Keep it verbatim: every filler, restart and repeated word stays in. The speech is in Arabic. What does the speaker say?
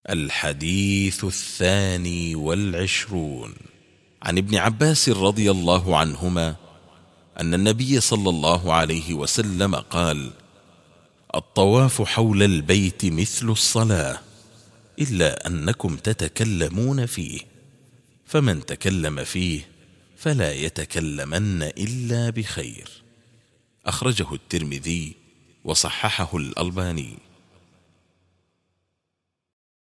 الحديث الثاني والعشرون. عن ابن عباس رضي الله عنهما أن النبي صلى الله عليه وسلم قال: الطواف حول البيت مثل الصلاة، إلا أنكم تتكلمون فيه، فمن تكلم فيه فلا يتكلمن إلا بخير. أخرجه الترمذي وصححه الألباني.